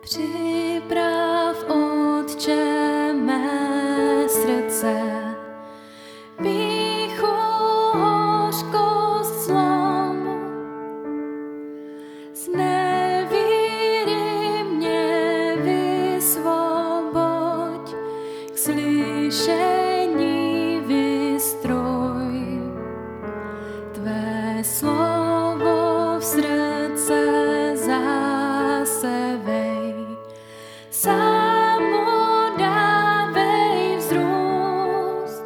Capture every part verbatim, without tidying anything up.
Připrav, Otče, mé srdce, pýchu, hořkost, zlomu, z nevíry mě vysvoboď, k slyšení vystroj, tvé slovo v srdce zasevej, sám mu dávej vzrůst,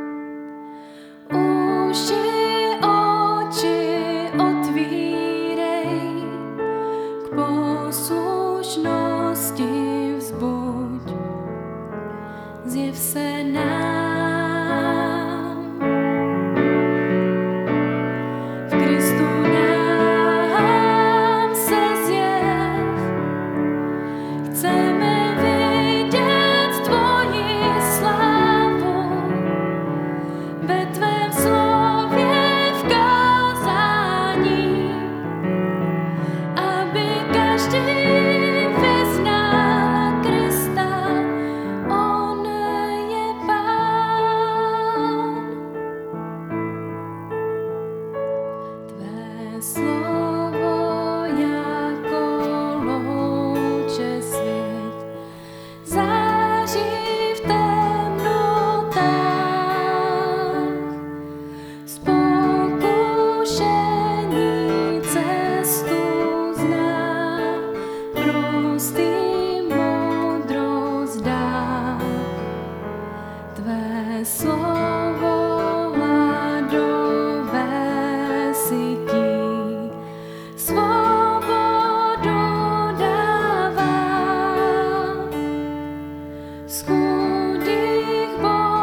uši, oči otvírej, k poslušnosti vzbuď, zjev se nám, v Kristu nám se zjev, chceme vidět tvoji slávu, ve tvém slově v kázání, aby každý vyznal Krista, on je Pán. Tvé slovo jako louče svět září v temnotách, z pokušení cestu zná, prostý moudrost dá. Tvé slovo hladové sytí, svobodu dává, z chudých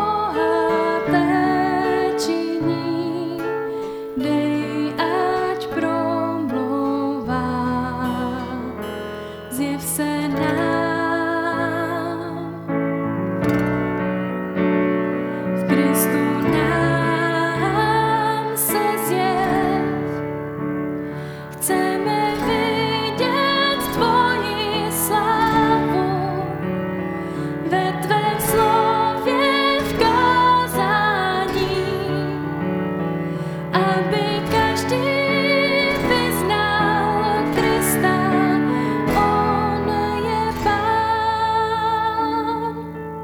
bohaté činí, dej, ať promlouvá, zjev se nám, v Kristu nám se zjev, chceme vidět tvoji slávu, ve tvém slově v kázání, aby každý vyznal Krista, on je Pán.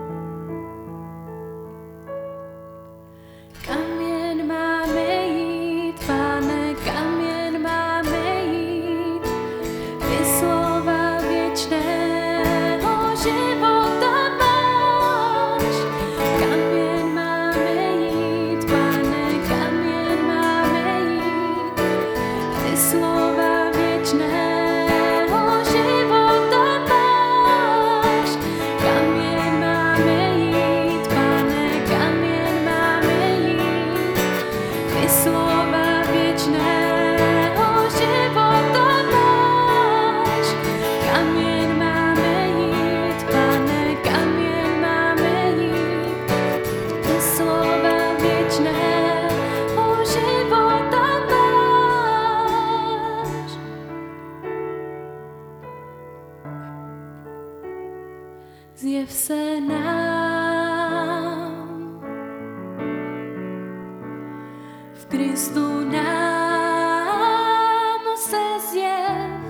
Kam jen máme jít, Pane, kam jen máme jít, ty slova věčného života máš. Kam jen máme jít, Pane, kam jen máme jít, ty slova věčného života máš. Kam jen máme jít, Pane, kam jen máme jít, ty slova věčného života máš. Kam jen máme jít, Pane, kam jen máme jít, ty slova věčného života máš. Zjev se nám, v Kristu nám se zjev,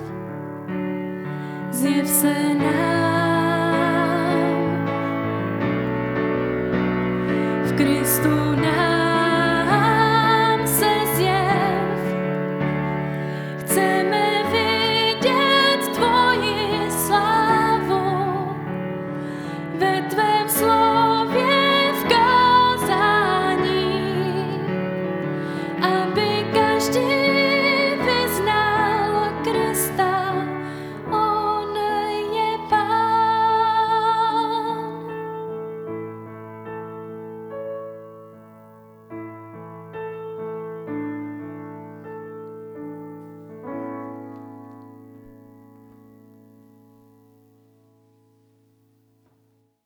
zjev se nám, v Kristu nám se zjev, chceme vidět tvoji slávu, ve tvé